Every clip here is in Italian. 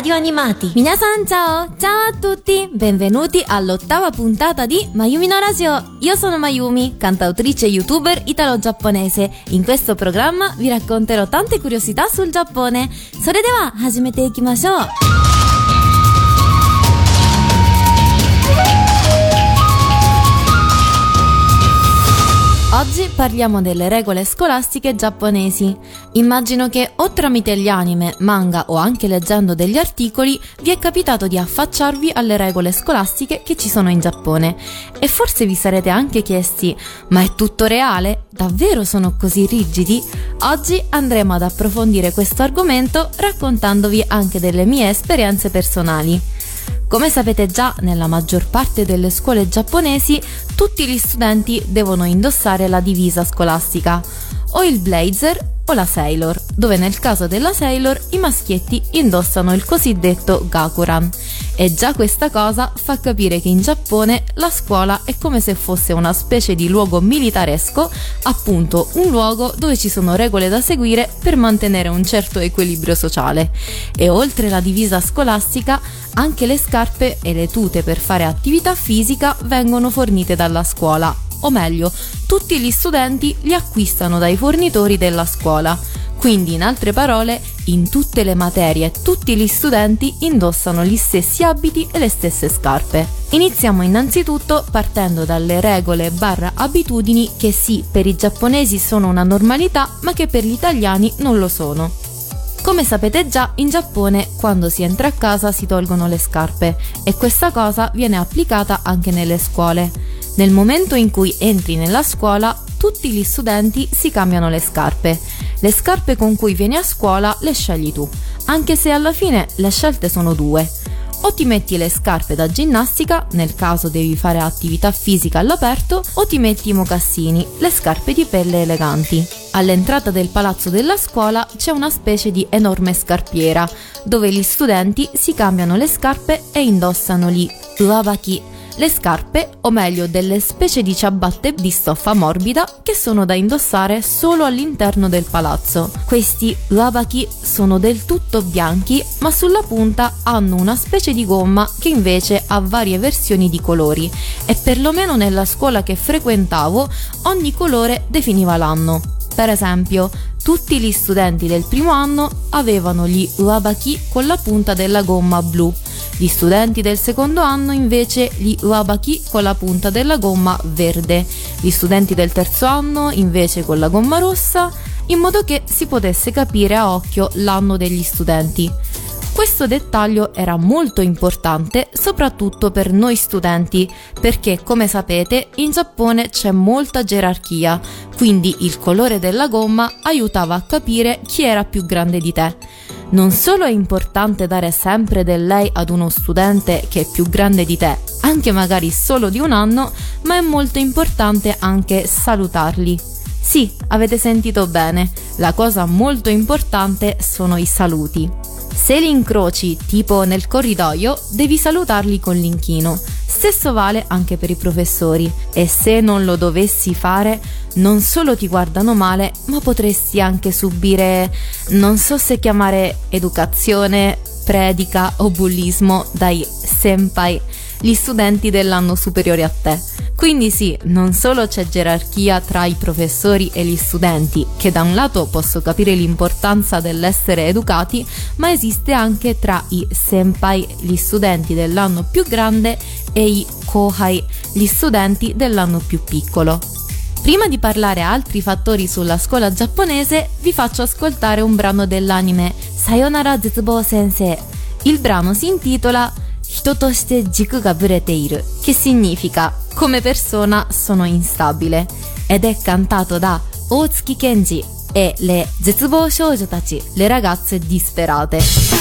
Radio Animati. Minasan ciao, ciao a tutti, benvenuti all'8ª puntata di Mayumi no Radio. Io sono Mayumi, cantautrice e youtuber italo-giapponese. In questo programma vi racconterò tante curiosità sul Giappone. それでは始めていきましょう。Oggi parliamo delle regole scolastiche giapponesi. Immagino che o tramite gli anime, manga o anche leggendo degli articoli vi è capitato di affacciarvi alle regole scolastiche che ci sono in Giappone. E forse vi sarete anche chiesti: ma è tutto reale? Davvero sono così rigidi? Oggi andremo ad approfondire questo argomento raccontandovi anche delle mie esperienze personali. Come sapete già, nella maggior parte delle scuole giapponesi tutti gli studenti devono indossare la divisa scolastica, o il blazer o la sailor, dove nel caso della sailor i maschietti indossano il cosiddetto gakuran. E già questa cosa fa capire che in Giappone la scuola è come se fosse una specie di luogo militaresco, appunto un luogo dove ci sono regole da seguire per mantenere un certo equilibrio sociale. E oltre la divisa scolastica, anche le scarpe e le tute per fare attività fisica vengono fornite dalla scuola, o meglio, tutti gli studenti li acquistano dai fornitori della scuola. Quindi, in altre parole, in tutte le materie tutti gli studenti indossano gli stessi abiti e le stesse scarpe. Iniziamo innanzitutto partendo dalle regole / abitudini che sì, per i giapponesi sono una normalità, ma che per gli italiani non lo sono. Come sapete già, in Giappone quando si entra a casa si tolgono le scarpe e questa cosa viene applicata anche nelle scuole. Nel momento in cui entri nella scuola, tutti gli studenti si cambiano le scarpe. Le scarpe con cui vieni a scuola le scegli tu, anche se alla fine le scelte sono due. O ti metti le scarpe da ginnastica, nel caso devi fare attività fisica all'aperto, o ti metti i mocassini, le scarpe di pelle eleganti. All'entrata del palazzo della scuola c'è una specie di enorme scarpiera, dove gli studenti si cambiano le scarpe e indossano gli uabaki, le scarpe, o meglio delle specie di ciabatte di stoffa morbida che sono da indossare solo all'interno del palazzo. Questi uabaki sono del tutto bianchi, ma sulla punta hanno una specie di gomma che invece ha varie versioni di colori e perlomeno nella scuola che frequentavo ogni colore definiva l'anno. Per esempio, tutti gli studenti del primo anno avevano gli uabaki con la punta della gomma blu. Gli studenti del secondo anno invece gli uabaki con la punta della gomma verde, gli studenti del terzo anno invece con la gomma rossa, in modo che si potesse capire a occhio l'anno degli studenti. Questo dettaglio era molto importante soprattutto per noi studenti, perché come sapete in Giappone c'è molta gerarchia, quindi il colore della gomma aiutava a capire chi era più grande di te. Non solo è importante dare sempre del lei ad uno studente che è più grande di te, anche magari solo di un anno, ma è molto importante anche salutarli. Sì, avete sentito bene, la cosa molto importante sono i saluti. Se li incroci, tipo nel corridoio, devi salutarli con l'inchino. Stesso vale anche per i professori e se non lo dovessi fare, non solo ti guardano male, ma potresti anche subire, non so se chiamare educazione, predica o bullismo dai senpai, gli studenti dell'anno superiore a te. Quindi sì, non solo c'è gerarchia tra i professori e gli studenti, che da un lato posso capire l'importanza dell'essere educati, ma esiste anche tra i senpai, gli studenti dell'anno più grande, e i kohai, gli studenti dell'anno più piccolo. Prima di parlare altri fattori sulla scuola giapponese, vi faccio ascoltare un brano dell'anime Sayonara Zetsubou Sensei. Il brano si intitola Hito to shite jiku ga burete iru, che significa come persona sono instabile, ed è cantato da Otsuki Kenji e le Zetsubou Shoujo tachi, le ragazze disperate.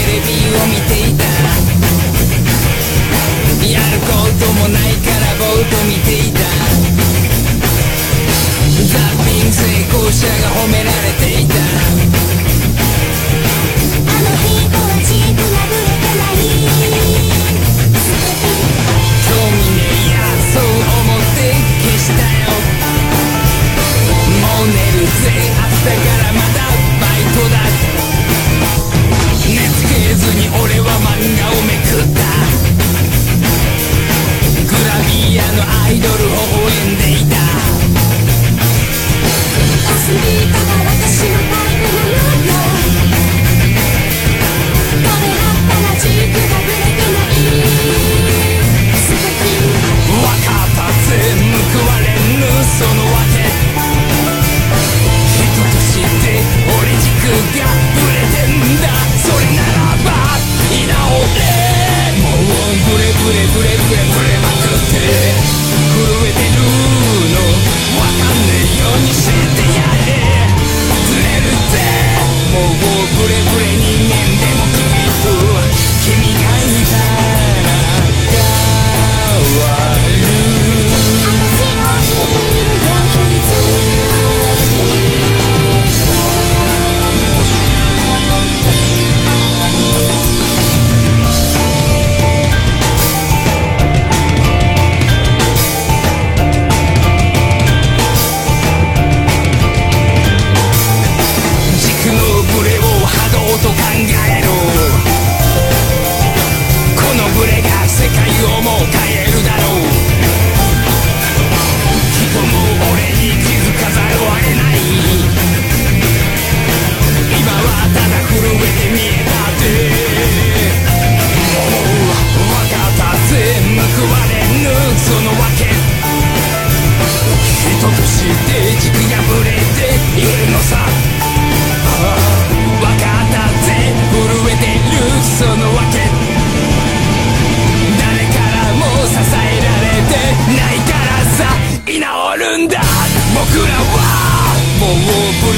ともないからぼーっ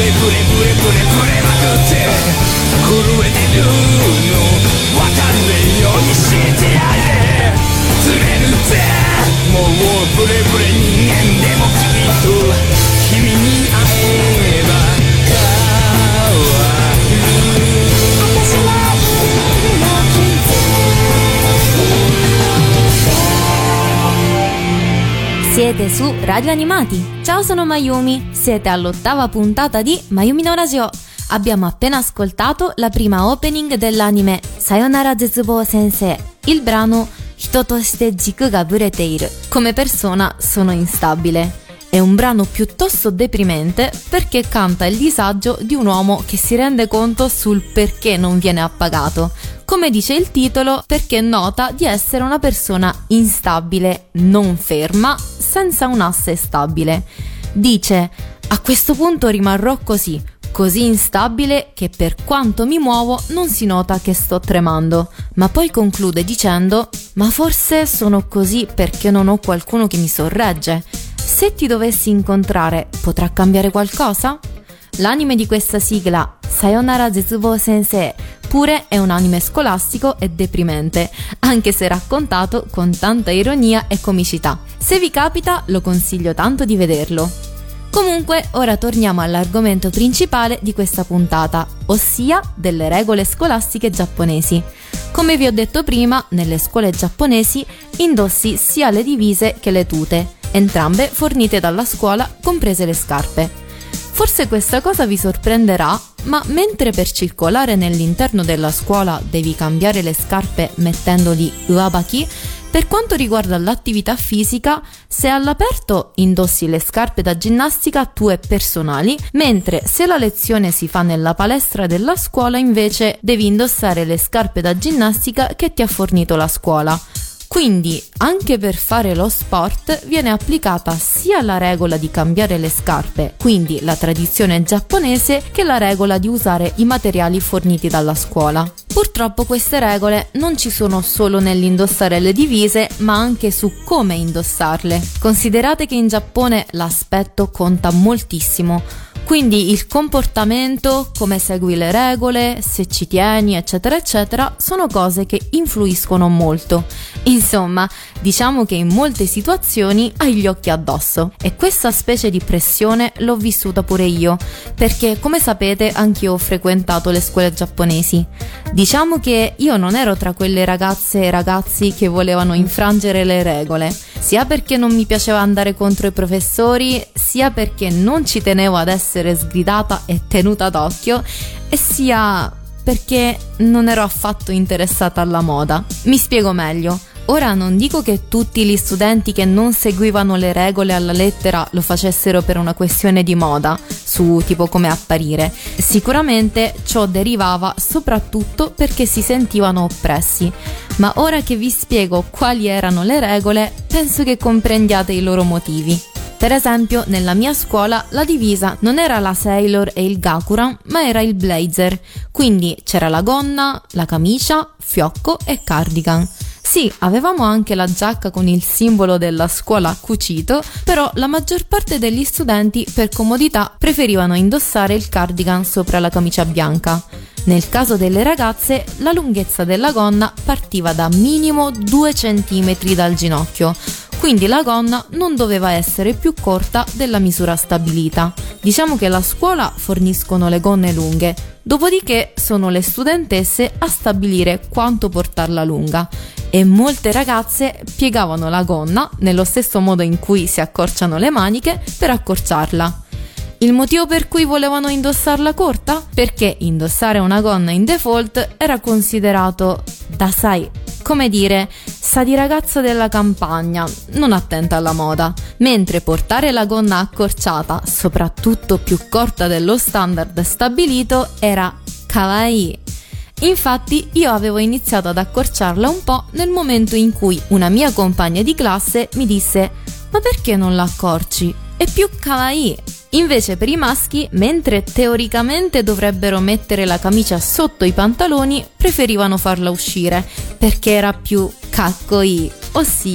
Siete su Radio Animati. Ciao, sono Mayumi. Siete all'8ª puntata di Mayumi no Radio. Abbiamo appena ascoltato la prima opening dell'anime Sayonara Zetsubo Sensei. Il brano Hito to shite jiku ga bureteiru. Come persona sono instabile. È un brano piuttosto deprimente perché canta il disagio di un uomo che si rende conto sul perché non viene appagato. Come dice il titolo, perché nota di essere una persona instabile, non ferma, senza un asse stabile. Dice: a questo punto rimarrò così instabile che per quanto mi muovo non si nota che sto tremando. Ma poi conclude dicendo: ma forse sono così perché non ho qualcuno che mi sorregge. Se ti dovessi incontrare, potrà cambiare qualcosa? L'anime di questa sigla, Sayonara Zetsubo Sensei, pure è un anime scolastico e deprimente, anche se raccontato con tanta ironia e comicità. Se vi capita, lo consiglio tanto di vederlo. Comunque, ora torniamo all'argomento principale di questa puntata, ossia delle regole scolastiche giapponesi. Come vi ho detto prima, nelle scuole giapponesi indossi sia le divise che le tute, entrambe fornite dalla scuola, comprese le scarpe. Forse questa cosa vi sorprenderà, ma mentre per circolare nell'interno della scuola devi cambiare le scarpe mettendoli uabaki, per quanto riguarda l'attività fisica, se all'aperto indossi le scarpe da ginnastica tue personali, mentre se la lezione si fa nella palestra della scuola invece devi indossare le scarpe da ginnastica che ti ha fornito la scuola. Quindi anche per fare lo sport viene applicata sia la regola di cambiare le scarpe, quindi la tradizione giapponese, che la regola di usare i materiali forniti dalla scuola. Purtroppo queste regole non ci sono solo nell'indossare le divise, ma anche su come indossarle. Considerate che in Giappone l'aspetto conta moltissimo. Quindi il comportamento, come segui le regole, se ci tieni, eccetera eccetera, sono cose che influiscono molto. Insomma, diciamo che in molte situazioni hai gli occhi addosso, e questa specie di pressione l'ho vissuta pure io, perché come sapete anch'io ho frequentato le scuole giapponesi. Diciamo che io non ero tra quelle ragazze e ragazzi che volevano infrangere le regole, sia perché non mi piaceva andare contro i professori, sia perché non ci tenevo ad essere sgridata e tenuta d'occhio, e sia perché non ero affatto interessata alla moda. Mi spiego meglio. Ora non dico che tutti gli studenti che non seguivano le regole alla lettera lo facessero per una questione di moda, su tipo come apparire. Sicuramente ciò derivava soprattutto perché si sentivano oppressi. Ma ora che vi spiego quali erano le regole, penso che comprendiate i loro motivi. Per esempio, nella mia scuola la divisa non era la Sailor e il Gakuran, ma era il blazer. Quindi c'era la gonna, la camicia, fiocco e cardigan. Sì, avevamo anche la giacca con il simbolo della scuola cucito, però la maggior parte degli studenti per comodità preferivano indossare il cardigan sopra la camicia bianca. Nel caso delle ragazze, la lunghezza della gonna partiva da minimo 2 cm dal ginocchio, quindi la gonna non doveva essere più corta della misura stabilita. Diciamo che la scuola forniscono le gonne lunghe, dopodiché sono le studentesse a stabilire quanto portarla lunga, e molte ragazze piegavano la gonna nello stesso modo in cui si accorciano le maniche per accorciarla. Il motivo per cui volevano indossarla corta? Perché indossare una gonna in default era considerato dasai, come dire, sa di ragazza della campagna, non attenta alla moda, mentre portare la gonna accorciata, soprattutto più corta dello standard stabilito, era kawaii. Infatti io avevo iniziato ad accorciarla un po' nel momento in cui una mia compagna di classe mi disse: ma perché non la accorci? È più kawaii. Invece per i maschi, mentre teoricamente dovrebbero mettere la camicia sotto i pantaloni, preferivano farla uscire perché era più kakkoi, ossia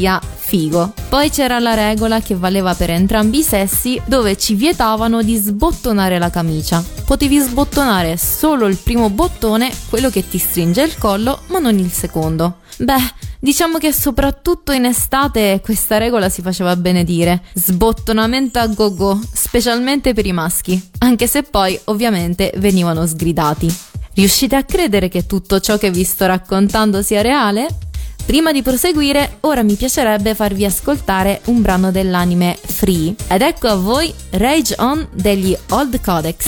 figo. Poi c'era la regola che valeva per entrambi i sessi, dove ci vietavano di sbottonare la camicia. Potevi sbottonare solo il primo bottone, quello che ti stringe il collo, ma non il secondo. Beh, diciamo che soprattutto in estate questa regola si faceva benedire. Sbottonamento a go-go, specialmente per i maschi, anche se poi ovviamente venivano sgridati. Riuscite a credere che tutto ciò che vi sto raccontando sia reale? Prima di proseguire, ora mi piacerebbe farvi ascoltare un brano dell'anime Free. Ed ecco a voi Rage On degli Old Codex.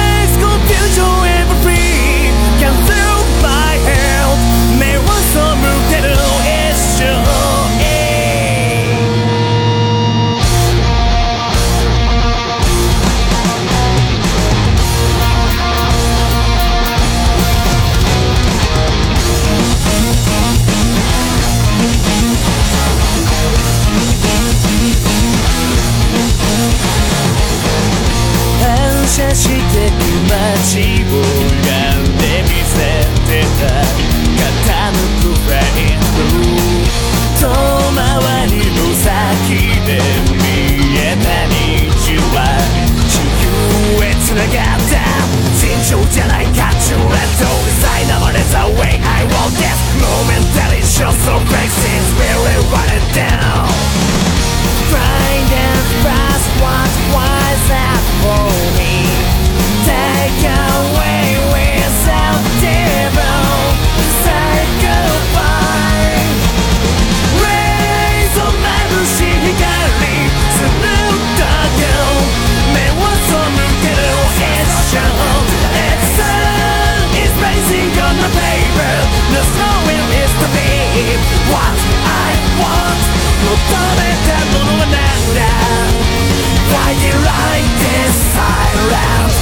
してく街を拝んで見せてた傾くファイト遠回りの先で見えた道は地球へ繋がった尋常じゃない価値をレッドデザイナー is the way I want this momentary show so crazy it's really run it down Find and fast what was that for me Take away without devil Say goodbye Raise on my bushi hikari Smooth目を背ける It's shown It's sun is rising on the paper The snowing is to be What I want 求めたものはなんだ Why you like this silence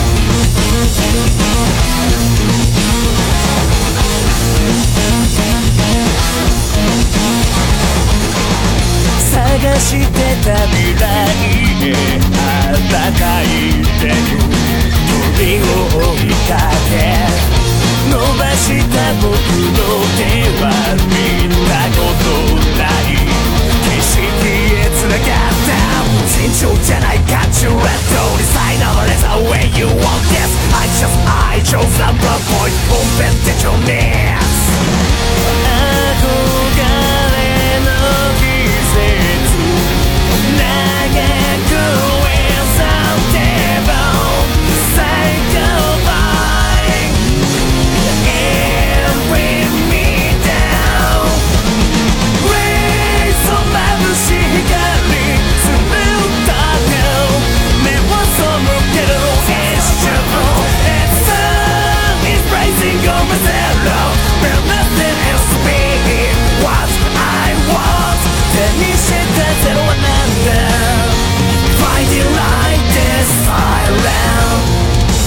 探してた未来へ暖かい手の鳥を追いかけ伸ばした僕の手は見たことない景色へ繋がった尋常じゃない価値をレッドデザイナー is the way you want this I chose number point open the your knees 憧れの季節長く without devil say goodbye and bring me down raise 眩しい光つぶった顔目を背ける一瞬 It's sun is rising on my zero There's nothing else to be What I want 手にしたゼロはなんだ Find it like this silence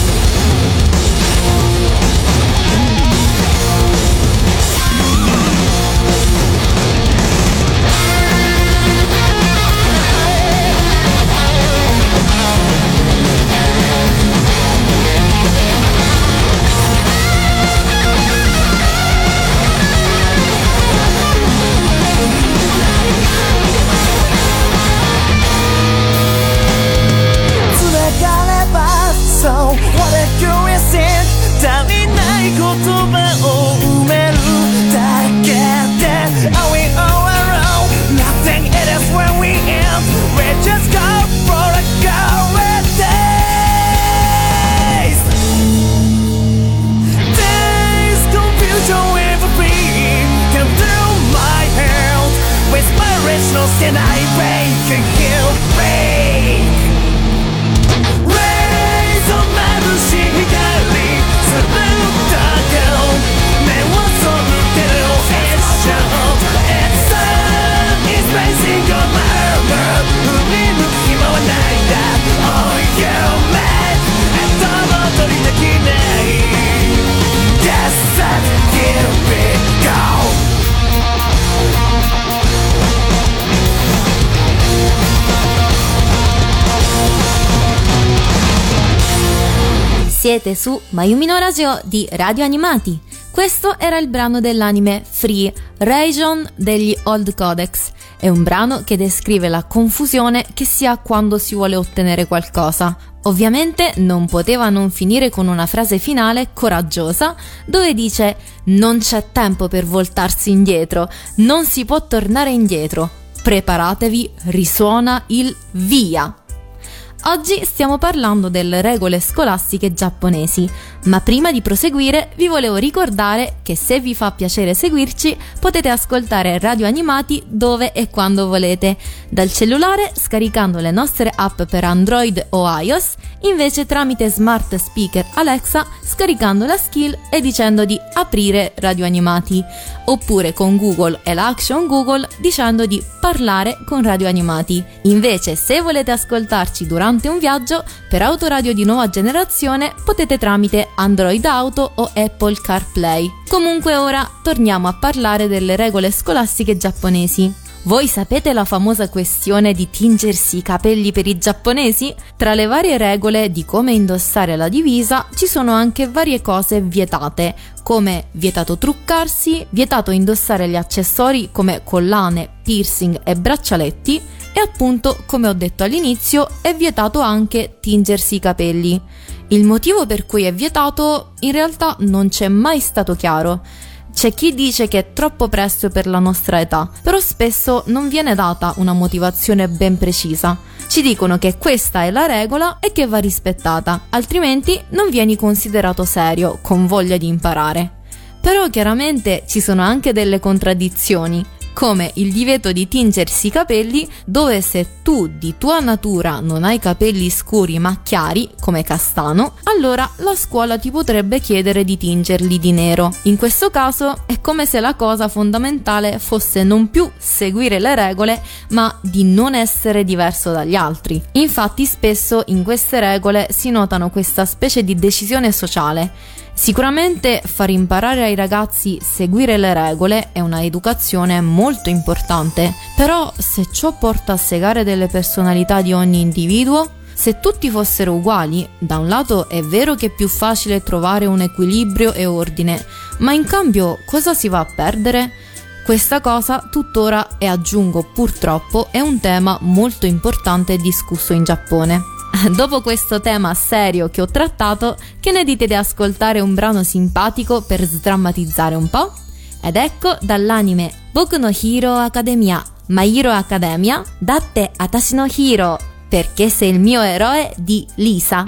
So what a curious thing 足りない言葉を埋めるだけで Are we all alone? Nothing it is when we end We just go for a good days Days confusion with a beat Come through my head With my original skin I break and heal break 眩しい光つぶった顔目を背ける一瞬 It's sun is rising on my armor 振り向く暇はないんだ Oh you mad 後戻りできない Yes set here we go Siete su Mayumi no Radio di Radio Animati. Questo era il brano dell'anime Free, Region degli Old Codex. È un brano che descrive la confusione che si ha quando si vuole ottenere qualcosa. Ovviamente non poteva non finire con una frase finale coraggiosa dove dice: non c'è tempo per voltarsi indietro, non si può tornare indietro, preparatevi, risuona il via. Oggi stiamo parlando delle regole scolastiche giapponesi, ma prima di proseguire vi volevo ricordare che se vi fa piacere seguirci potete ascoltare Radio Animati dove e quando volete, dal cellulare scaricando le nostre app per Android o iOS, invece tramite smart speaker Alexa scaricando la skill e dicendo di aprire Radio Animati, oppure con Google e l'action Google dicendo di parlare con Radio Animati. Invece se volete ascoltarci durante un viaggio per autoradio di nuova generazione potete tramite Android Auto o Apple CarPlay. Comunque ora torniamo a parlare delle regole scolastiche giapponesi. Voi sapete la famosa questione di tingersi i capelli per i giapponesi? Tra le varie regole di come indossare la divisa ci sono anche varie cose vietate, come vietato truccarsi, vietato indossare gli accessori come collane, piercing e braccialetti e appunto, come ho detto all'inizio, è vietato anche tingersi i capelli. Il motivo per cui è vietato in realtà non c'è mai stato chiaro. C'è chi dice che è troppo presto per la nostra età, però spesso non viene data una motivazione ben precisa. Ci dicono che questa è la regola e che va rispettata, altrimenti non vieni considerato serio, con voglia di imparare. Però chiaramente ci sono anche delle contraddizioni, come il divieto di tingersi i capelli, dove se tu di tua natura non hai capelli scuri ma chiari, come castano, allora la scuola ti potrebbe chiedere di tingerli di nero. In questo caso è come se la cosa fondamentale fosse non più seguire le regole, ma di non essere diverso dagli altri. Infatti spesso in queste regole si notano questa specie di decisione sociale. Sicuramente far imparare ai ragazzi seguire le regole è una educazione molto importante, però se ciò porta a segare delle personalità di ogni individuo, se tutti fossero uguali, da un lato è vero che è più facile trovare un equilibrio e ordine, ma in cambio cosa si va a perdere? Questa cosa tuttora, e aggiungo purtroppo, è un tema molto importante e discusso in Giappone. Dopo questo tema serio che ho trattato, che ne dite di ascoltare un brano simpatico per sdrammatizzare un po'? Ed ecco dall'anime Boku no Hero Academia, My Hero Academia, Datte Atashi no Hero, perché sei il mio eroe di Lisa.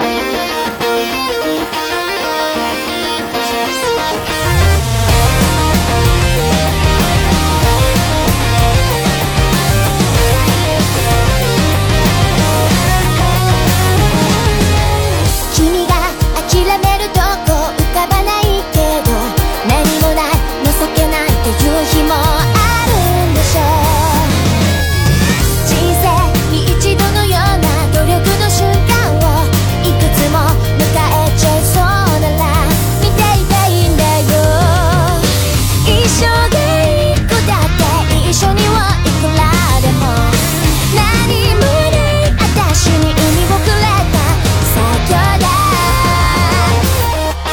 「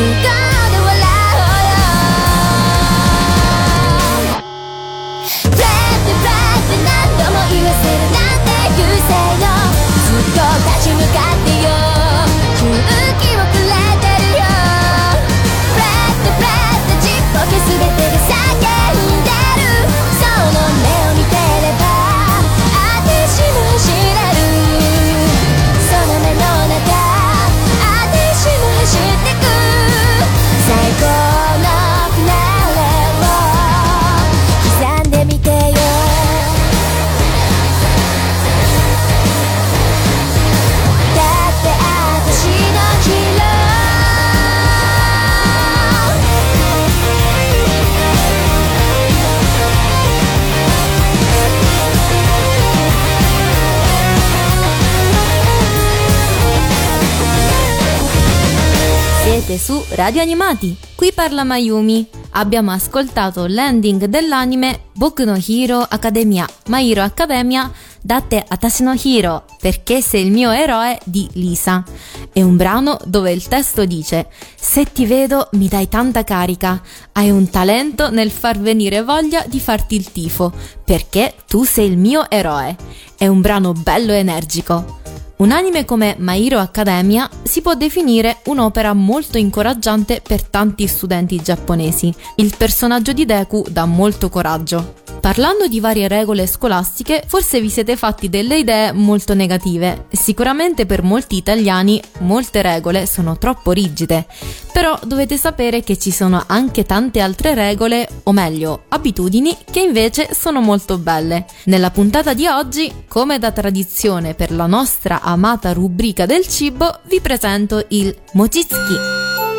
Su Radio Animati, qui parla Mayumi. Abbiamo ascoltato l'ending dell'anime Boku no Hero Academia, My Hero Academia, Datte Atashi no Hero, perché sei il mio eroe di Lisa. È un brano dove il testo dice: se ti vedo mi dai tanta carica, hai un talento nel far venire voglia di farti il tifo, perché tu sei il mio eroe. È un brano bello e energico. Un anime come My Hero Academia si può definire un'opera molto incoraggiante per tanti studenti giapponesi. Il personaggio di Deku dà molto coraggio. Parlando di varie regole scolastiche, forse vi siete fatti delle idee molto negative. Sicuramente per molti italiani molte regole sono troppo rigide, però dovete sapere che ci sono anche tante altre regole, o meglio, abitudini, che invece sono molto belle. Nella puntata di oggi, come da tradizione per la nostra amata rubrica del cibo, vi presento il Mochitsuki.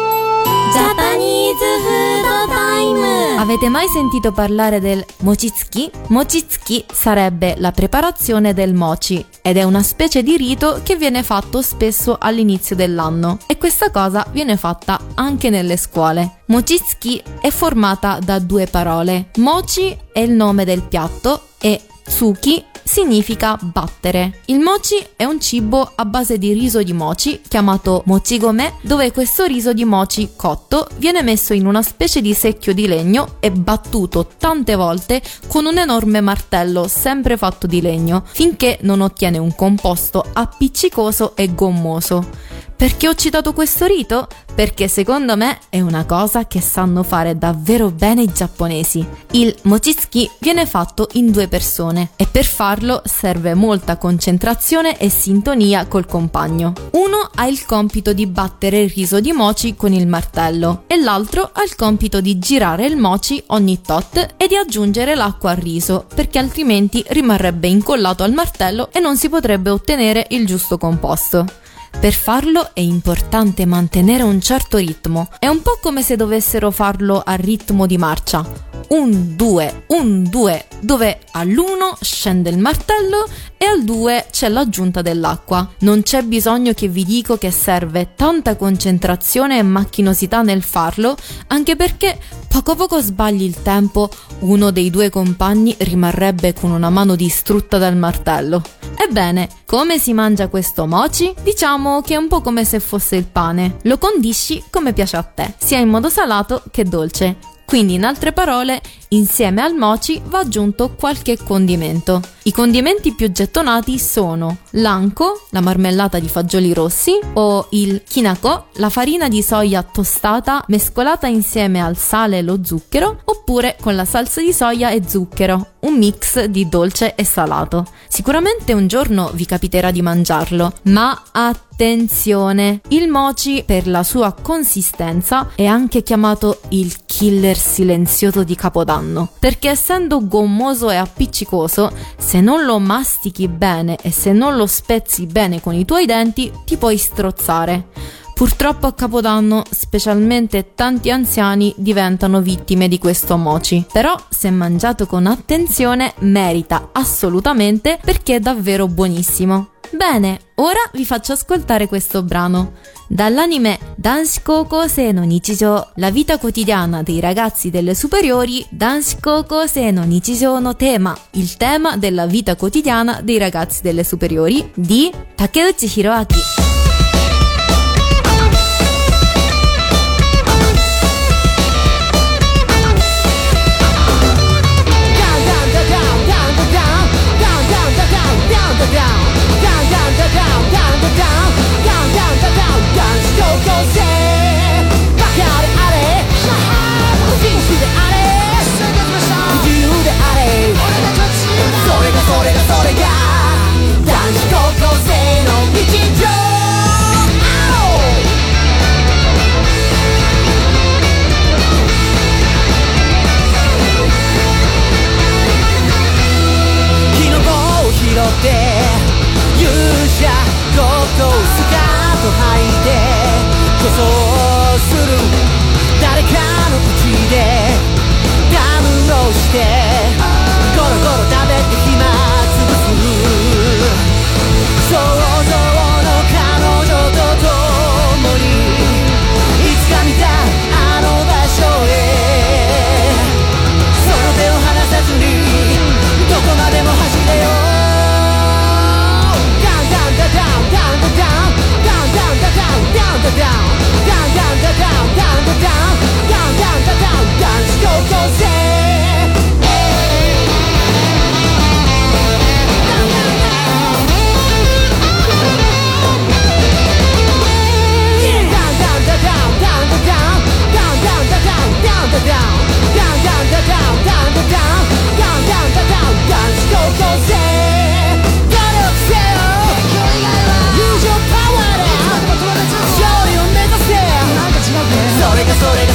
Japanese Food Time! Avete mai sentito parlare del mochitsuki? Mochitsuki sarebbe la preparazione del mochi ed è una specie di rito che viene fatto spesso all'inizio dell'anno e questa cosa viene fatta anche nelle scuole. Mochitsuki è formata da due parole. Mochi è il nome del piatto e tsuki significa battere. Il mochi è un cibo a base di riso di mochi chiamato mochigome, dove questo riso di mochi cotto viene messo in una specie di secchio di legno e battuto tante volte con un enorme martello sempre fatto di legno finché non ottiene un composto appiccicoso e gommoso. Perché ho citato questo rito? Perché secondo me è una cosa che sanno fare davvero bene i giapponesi. Il mochitsuki viene fatto in due persone e per farlo serve molta concentrazione e sintonia col compagno. Uno ha il compito di battere il riso di mochi con il martello e l'altro ha il compito di girare il mochi ogni tot e di aggiungere l'acqua al riso, perché altrimenti rimarrebbe incollato al martello e non si potrebbe ottenere il giusto composto. Per farlo è importante mantenere un certo ritmo. È un po' come se dovessero farlo a ritmo di marcia. 1, 2, 1, 2, dove all'1 scende il martello e al 2 c'è l'aggiunta dell'acqua. Non c'è bisogno che vi dico che serve tanta concentrazione e macchinosità nel farlo, anche perché poco sbagli il tempo, uno dei due compagni rimarrebbe con una mano distrutta dal martello. Ebbene, come si mangia questo mochi? Diciamo che è un po' come se fosse il pane. Lo condisci come piace a te, sia in modo salato che dolce. Quindi, in altre parole, insieme al mochi va aggiunto qualche condimento. I condimenti più gettonati sono l'anko, la marmellata di fagioli rossi, o il kinako, la farina di soia tostata mescolata insieme al sale e lo zucchero, oppure con la salsa di soia e zucchero, un mix di dolce e salato. Sicuramente un giorno vi capiterà di mangiarlo, ma attenzione! Il mochi, per la sua consistenza, è anche chiamato il killer silenzioso di Capodanno, perché essendo gommoso e appiccicoso, se non lo mastichi bene e se non lo spezzi bene con i tuoi denti, ti puoi strozzare. Purtroppo a Capodanno, specialmente tanti anziani diventano vittime di questo mochi, però se mangiato con attenzione merita assolutamente, perché è davvero buonissimo. Bene, ora vi faccio ascoltare questo brano. Dall'anime Danshi Koukōsei no Nichijou, la vita quotidiana dei ragazzi delle superiori, Danshi Koukōsei no Nichijou no tema, il tema della vita quotidiana dei ragazzi delle superiori, di Takeuchi Hiroaki.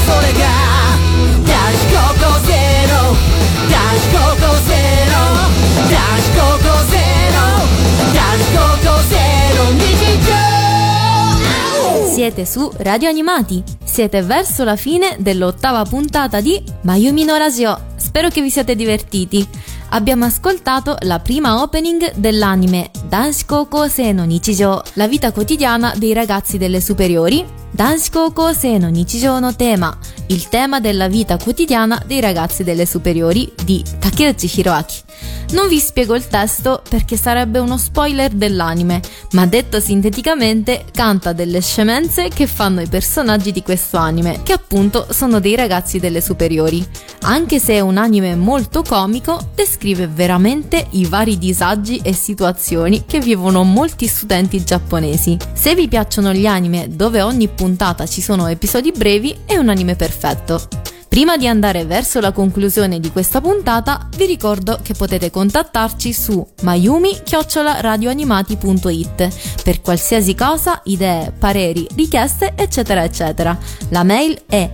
それが男子高校生の男子高校生の男子高校生の男子高校生の日常。 Siete su Radio Animati, siete verso la fine dell'8ª puntata di Mayumi no Radio. Spero che vi siate divertiti. Abbiamo ascoltato la prima opening dell'anime Danshi Koukōsei no Nichijou, la vita quotidiana dei ragazzi delle superiori. Danshi Koukōsei no Nichijou no tema, il tema della vita quotidiana dei ragazzi delle superiori di Takeuchi Hiroaki. Non vi spiego il testo perché sarebbe uno spoiler dell'anime, ma detto sinteticamente canta delle scemenze che fanno i personaggi di questo anime, che appunto sono dei ragazzi delle superiori. Anche se è un anime molto comico, descrive veramente i vari disagi e situazioni che vivono molti studenti giapponesi. Se vi piacciono gli anime dove ogni puntata ci sono episodi brevi, è un anime perfetto. Prima di andare verso la conclusione di questa puntata, vi ricordo che potete contattarci su mayumi@radioanimati.it per qualsiasi cosa, idee, pareri, richieste, eccetera eccetera. La mail è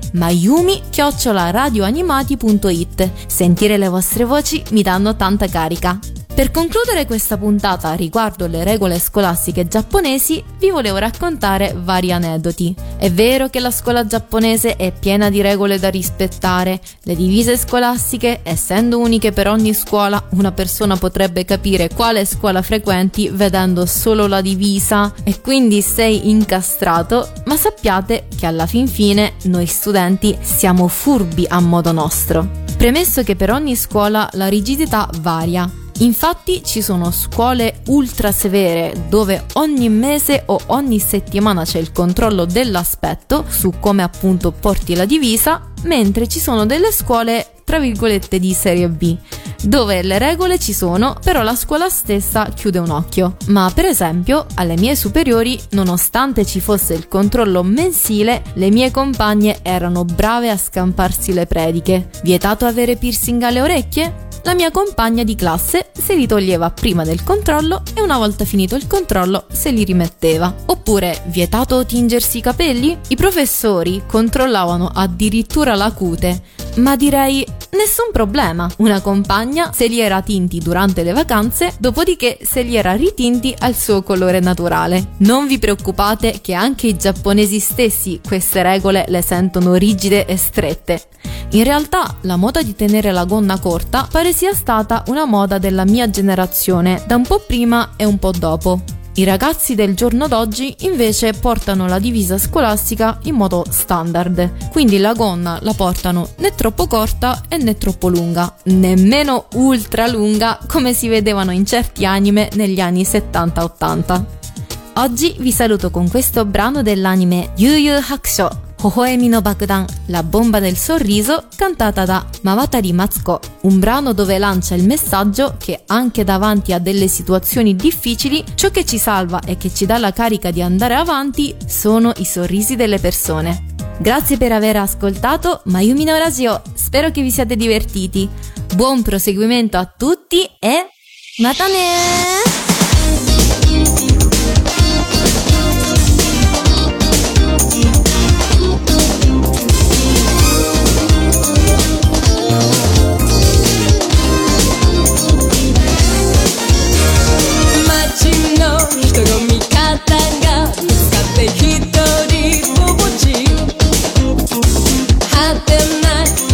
mayumi@radioanimati.it. Sentire le vostre voci mi danno tanta carica. Per concludere questa puntata riguardo le regole scolastiche giapponesi, vi volevo raccontare vari aneddoti. È vero che la scuola giapponese è piena di regole da rispettare. Le divise scolastiche, essendo uniche per ogni scuola, una persona potrebbe capire quale scuola frequenti vedendo solo la divisa e quindi sei incastrato, ma sappiate che alla fin fine noi studenti siamo furbi a modo nostro. Premesso che per ogni scuola la rigidità varia. Infatti ci sono scuole ultra severe dove ogni mese o ogni settimana c'è il controllo dell'aspetto su come appunto porti la divisa, mentre ci sono delle scuole tra virgolette di serie B, dove le regole ci sono, però la scuola stessa chiude un occhio. Ma per esempio alle mie superiori, nonostante ci fosse il controllo mensile, le mie compagne erano brave a scamparsi le prediche. Vietato avere piercing alle orecchie? La mia compagna di classe se li toglieva prima del controllo e una volta finito il controllo se li rimetteva. Oppure vietato tingersi i capelli? I professori controllavano addirittura la cute, ma direi nessun problema. Una compagna se li era tinti durante le vacanze, dopodiché se li era ritinti al suo colore naturale. Non vi preoccupate che anche i giapponesi stessi queste regole le sentono rigide e strette. In realtà la moda di tenere la gonna corta pare sia stata una moda della mia generazione, da un po' prima e un po' dopo. I ragazzi del giorno d'oggi invece portano la divisa scolastica in modo standard, quindi la gonna la portano né troppo corta e né troppo lunga, nemmeno ultra lunga come si vedevano in certi anime negli anni 70-80. Oggi vi saluto con questo brano dell'anime Yu Yu Hakusho, Hohoemi no Bakudan, la bomba del sorriso, cantata da Mawatari Matsuko, un brano dove lancia il messaggio che anche davanti a delle situazioni difficili, ciò che ci salva e che ci dà la carica di andare avanti sono i sorrisi delle persone. Grazie per aver ascoltato Mayumi no Radio, spero che vi siate divertiti. Buon proseguimento a tutti e mata ne!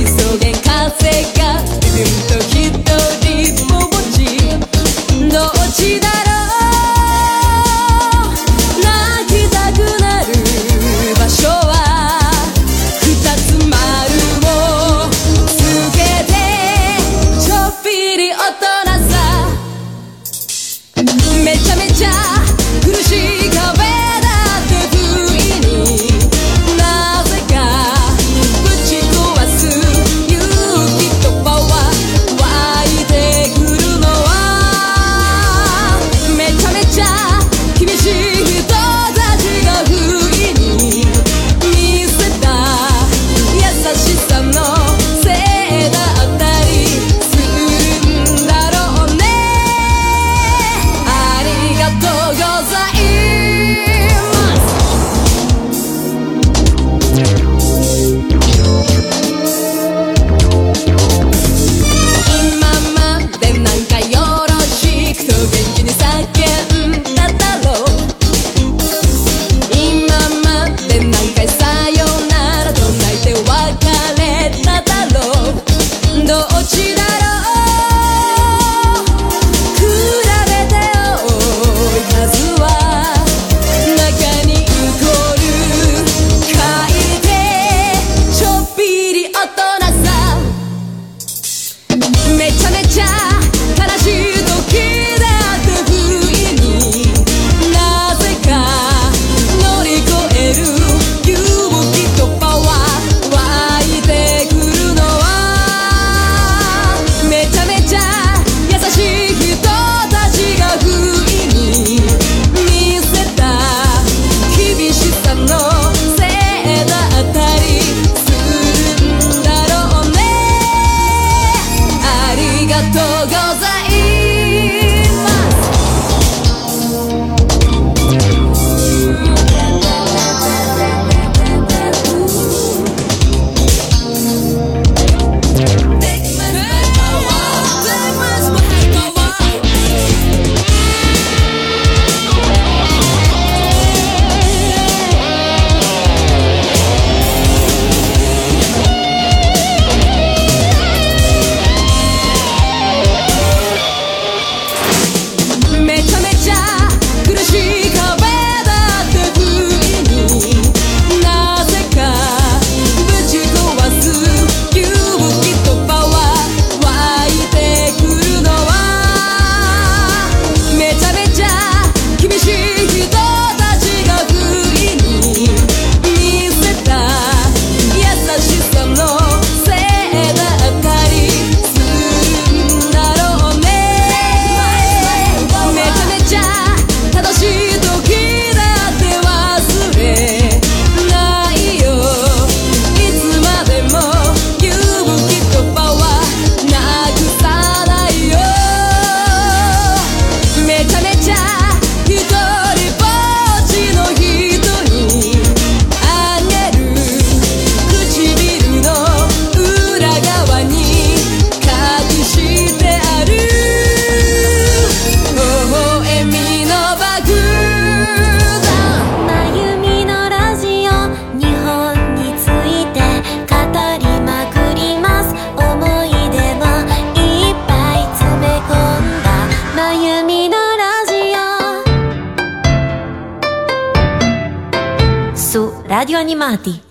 どっち animati.